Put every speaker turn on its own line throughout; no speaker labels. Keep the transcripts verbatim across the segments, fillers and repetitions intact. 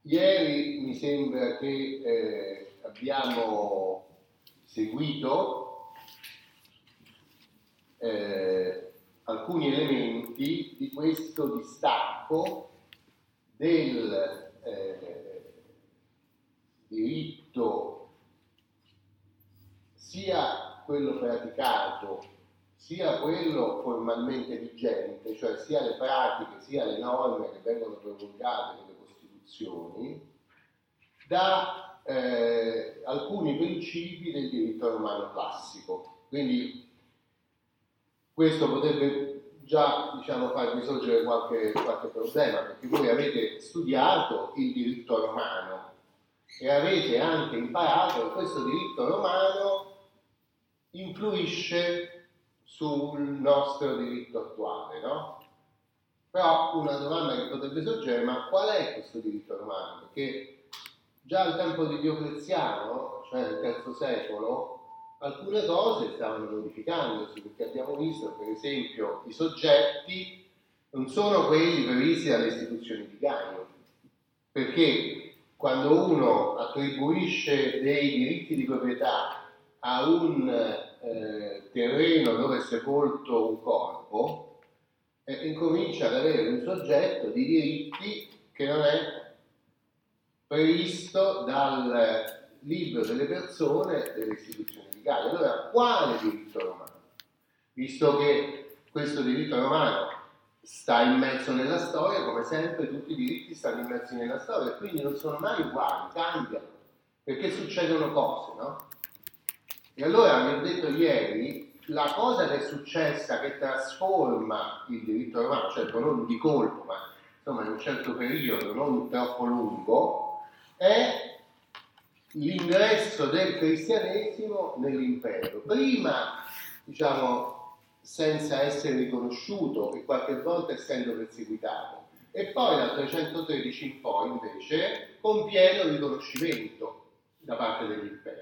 Ieri mi sembra che eh, abbiamo seguito eh, alcuni elementi di questo distacco del eh, diritto, sia quello praticato sia quello formalmente vigente, cioè sia le pratiche sia le norme che vengono promulgate nelle Costituzioni, da eh, alcuni principi del diritto romano classico. Quindi questo potrebbe già, diciamo, farvi sorgere qualche, qualche problema, perché voi avete studiato il diritto romano e avete anche imparato che questo diritto romano influisce sul nostro diritto attuale, no? Però una domanda che potrebbe sorgere: ma qual è questo diritto romano? Perché già al tempo di Diocleziano, cioè nel terzo secolo, alcune cose stavano modificandosi, perché abbiamo visto, per esempio, i soggetti non sono quelli previsti dalle istituzioni di Gaio, perché quando uno attribuisce dei diritti di proprietà a un eh, terreno dove è sepolto un corpo, eh, incomincia ad avere un soggetto di diritti che non è previsto dal libro delle persone delle istituzioni di Gaia. Allora, quale diritto romano? Visto che questo diritto romano sta immerso nella storia, come sempre tutti i diritti stanno immersi nella storia, quindi non sono mai uguali, cambiano, perché succedono cose, no? E allora, vi ho detto ieri, la cosa che è successa, che trasforma il diritto romano, certo non di colpo, ma insomma in un certo periodo, non troppo lungo, è l'ingresso del cristianesimo nell'impero. Prima, diciamo, senza essere riconosciuto e qualche volta essendo perseguitato, e poi dal trecentotredici in poi invece con pieno riconoscimento da parte dell'impero.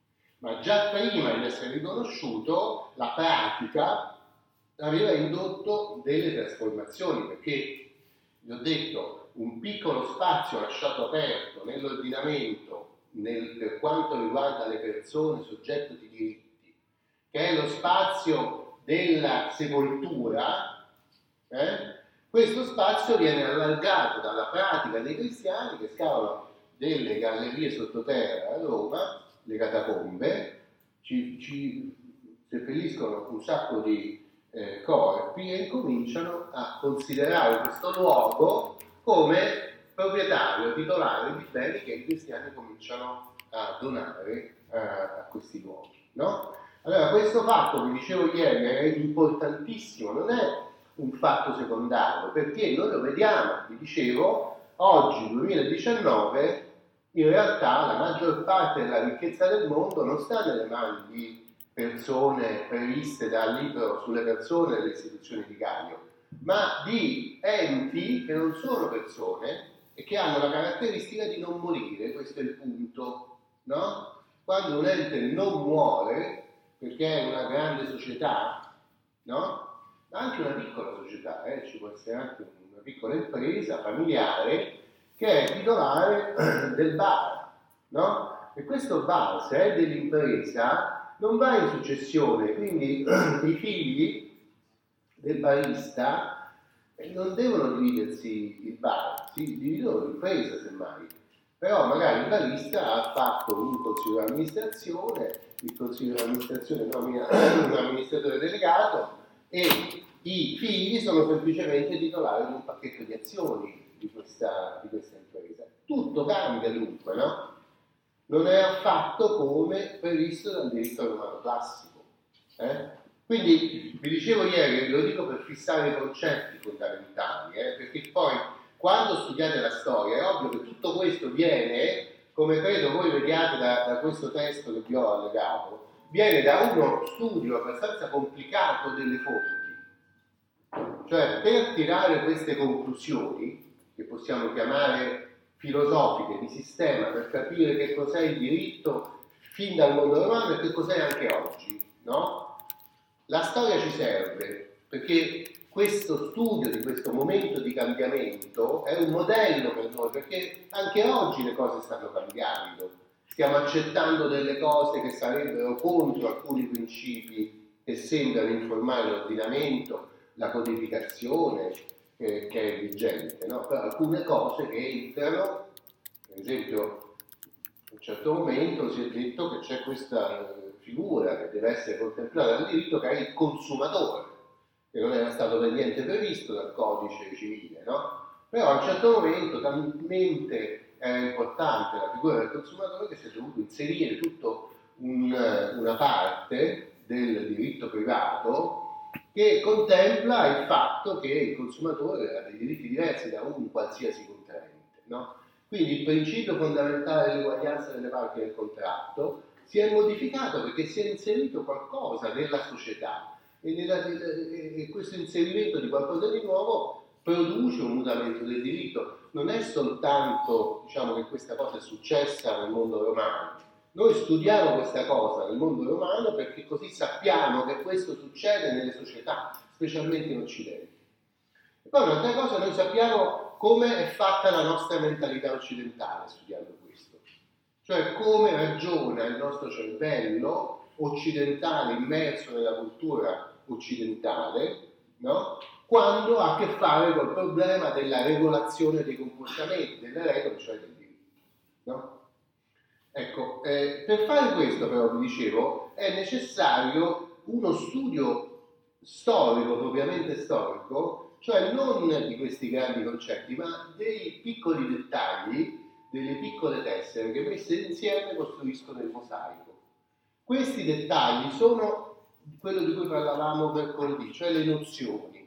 Ma già prima di essere riconosciuto, la pratica aveva indotto delle trasformazioni, perché, vi ho detto, un piccolo spazio lasciato aperto nell'ordinamento nel, per quanto riguarda le persone soggette di diritti, che è lo spazio della sepoltura, eh? Questo spazio viene allargato dalla pratica dei cristiani che scavano delle gallerie sottoterra a Roma, le catacombe, ci, ci seppelliscono un sacco di eh, corpi e incominciano a considerare questo luogo come proprietario, titolare di beni che i cristiani cominciano a donare eh, a questi luoghi, no? Allora, questo fatto, vi dicevo ieri, è importantissimo, non è un fatto secondario, perché noi lo vediamo, vi dicevo, oggi, duemiladiciannove, in realtà la maggior parte della ricchezza del mondo non sta nelle mani di persone previste dal libro sulle persone delle istituzioni di Gaio, ma di enti che non sono persone e che hanno la caratteristica di non morire. Questo è il punto, no? Quando un ente non muore, perché è una grande società, no? Ma anche una piccola società, eh? Ci può essere anche una piccola impresa familiare che è titolare del bar, no? E questo bar, se è dell'impresa, non va in successione, quindi i figli del barista non devono dividersi il bar, si dividono l'impresa semmai, però magari il barista ha fatto un consiglio di amministrazione, il consiglio di amministrazione nomina un amministratore delegato e i figli sono semplicemente titolari di un pacchetto di azioni di questa, di questa impresa. Tutto cambia dunque, no? Non è affatto come previsto dal diritto romano classico. Eh? Quindi vi dicevo ieri, lo dico per fissare i concetti fondamentali, eh? Perché poi quando studiate la storia è ovvio che tutto questo viene, come credo voi vediate da, da questo testo che vi ho allegato, viene da uno studio abbastanza complicato delle fonti. Cioè, per tirare queste conclusioni, che possiamo chiamare filosofiche, di sistema, per capire che cos'è il diritto fin dal mondo romano e che cos'è anche oggi, no? La storia ci serve, perché questo studio di questo momento di cambiamento è un modello per noi, perché anche oggi le cose stanno cambiando, stiamo accettando delle cose che sarebbero contro alcuni principi che sembrano informare l'ordinamento, la codificazione che, che è vigente, no? Però alcune cose che entrano, per esempio a un certo momento si è detto che c'è questa figura che deve essere contemplata dal diritto, che è il consumatore, che non era stato per niente previsto dal codice civile, no? Però a un certo momento talmente era importante la figura del consumatore che si è dovuto inserire tutta un, una parte del diritto privato che contempla il fatto che il consumatore ha dei diritti diversi da un qualsiasi contraente, no? Quindi il principio fondamentale dell'uguaglianza delle parti del contratto si è modificato perché si è inserito qualcosa nella società e, nella, e questo inserimento di qualcosa di nuovo produce un mutamento del diritto. Non è soltanto, diciamo, che questa cosa è successa nel mondo romano. Noi studiamo questa cosa nel mondo romano perché così sappiamo che questo succede nelle società, specialmente in Occidente. E poi un'altra cosa, noi sappiamo come è fatta la nostra mentalità occidentale studiando questo. Cioè come ragiona il nostro cervello occidentale immerso nella cultura occidentale, no? Quando ha a che fare col problema della regolazione dei comportamenti, delle regole, cioè del diritto, no? Ecco, eh, per fare questo però, vi dicevo, è necessario uno studio storico, propriamente storico, cioè non di questi grandi concetti, ma dei piccoli dettagli, delle piccole tessere che messe insieme costruiscono il mosaico. Questi dettagli sono quello di cui parlavamo mercoledì, cioè le nozioni.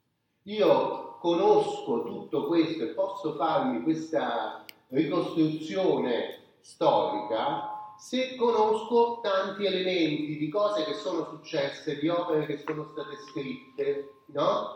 Io conosco tutto questo e posso farmi questa ricostruzione storica se conosco tanti elementi di cose che sono successe, di opere che sono state scritte, no?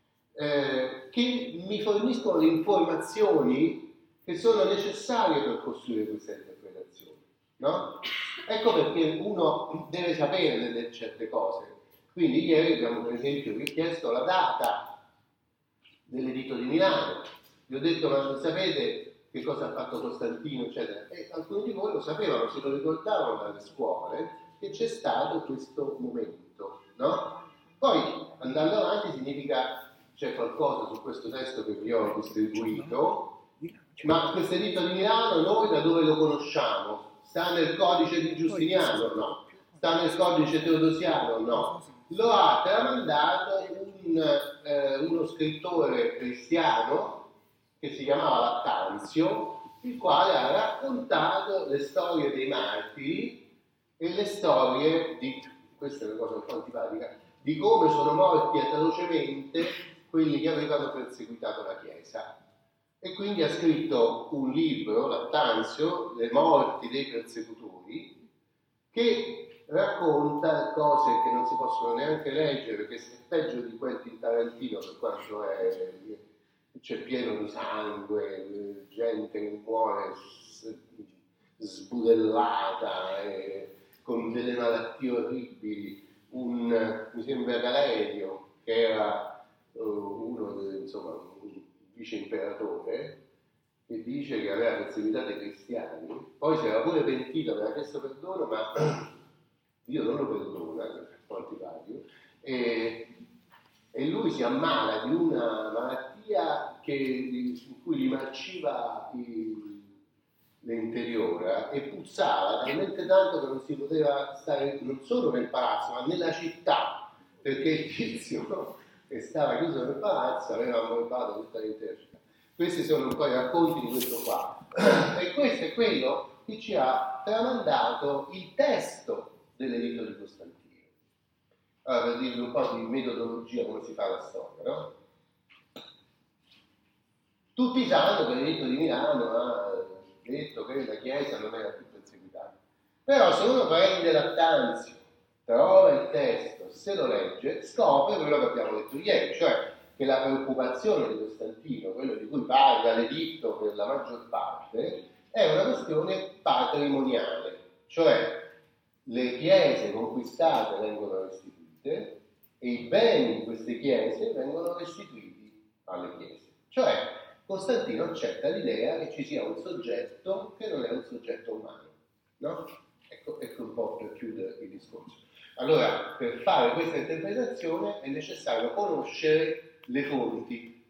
Eh, che mi forniscono le informazioni che sono necessarie per costruire questa interpretazione, no? Ecco perché uno deve sapere delle certe cose. Quindi ieri abbiamo per esempio richiesto la data dell'editto di Milano. Vi ho detto, ma non sapete che cosa ha fatto Costantino, eccetera? E alcuni di voi lo sapevano, se lo ricordavano dalle scuole, che c'è stato questo momento, no? Poi, andando avanti, significa c'è qualcosa su questo testo che vi ho distribuito, ma questo editto di Milano noi da dove lo conosciamo? Sta nel codice di Giustiniano? No. Sta nel codice teodosiano? No. Lo ha tramandato un, eh, uno scrittore cristiano che si chiamava Lattanzio, il quale ha raccontato le storie dei martiri e le storie di, questa è una cosa un po' antipatica, di come sono morti atrocemente quelli che avevano perseguitato la Chiesa. E quindi ha scritto un libro, Lattanzio, Le morti dei persecutori, che racconta cose che non si possono neanche leggere perché è peggio di Quentin Tarantino, per quanto è, c'è pieno di sangue, gente che muore sbudellata, e con delle malattie orribili. Un, mi sembra Galerio, che era uh, uno de, insomma un vice imperatore, che dice che aveva perseguitato i cristiani, poi si era pure pentito, aveva chiesto perdono, ma Dio non lo perdona, per quanti pari, e, e lui si ammala di una malattia che, in cui gli marciva il, l'interiora e puzzava talmente tanto che non si poteva stare non solo nel palazzo, ma nella città, perché il tizio che stava chiuso nel palazzo aveva ammorbato tutta l'intera città. Questi sono un po' i racconti di questo qua. E questo è quello che ci ha tramandato il testo dell'editto di Costantino. Allora, per dirvi un po' di metodologia, come si fa la storia, no? Tutti sanno che l'editto di Milano ha detto che la Chiesa non era più perseguitata. Però se uno prende Lattanzio, trova il testo, se lo legge, scopre quello che abbiamo detto ieri, cioè che la preoccupazione di Costantino, quello di cui parla l'editto per la maggior parte, è una questione patrimoniale, cioè le chiese conquistate vengono restituite e i beni di queste chiese vengono restituiti alle chiese. Cioè Costantino accetta l'idea che ci sia un soggetto che non è un soggetto umano, no? Ecco, ecco un po' per chiudere il discorso. Allora, per fare questa interpretazione è necessario conoscere le fonti,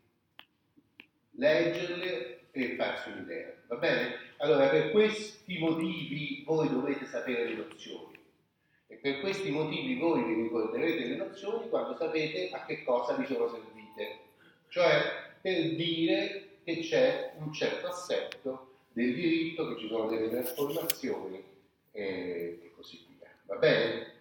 leggerle e farsi un'idea, va bene? Allora, per questi motivi voi dovete sapere le nozioni. E per questi motivi voi vi ricorderete le nozioni quando sapete a che cosa vi sono servite, cioè per dire che c'è un certo assetto del diritto, che ci sono delle trasformazioni e, e così via. Va bene?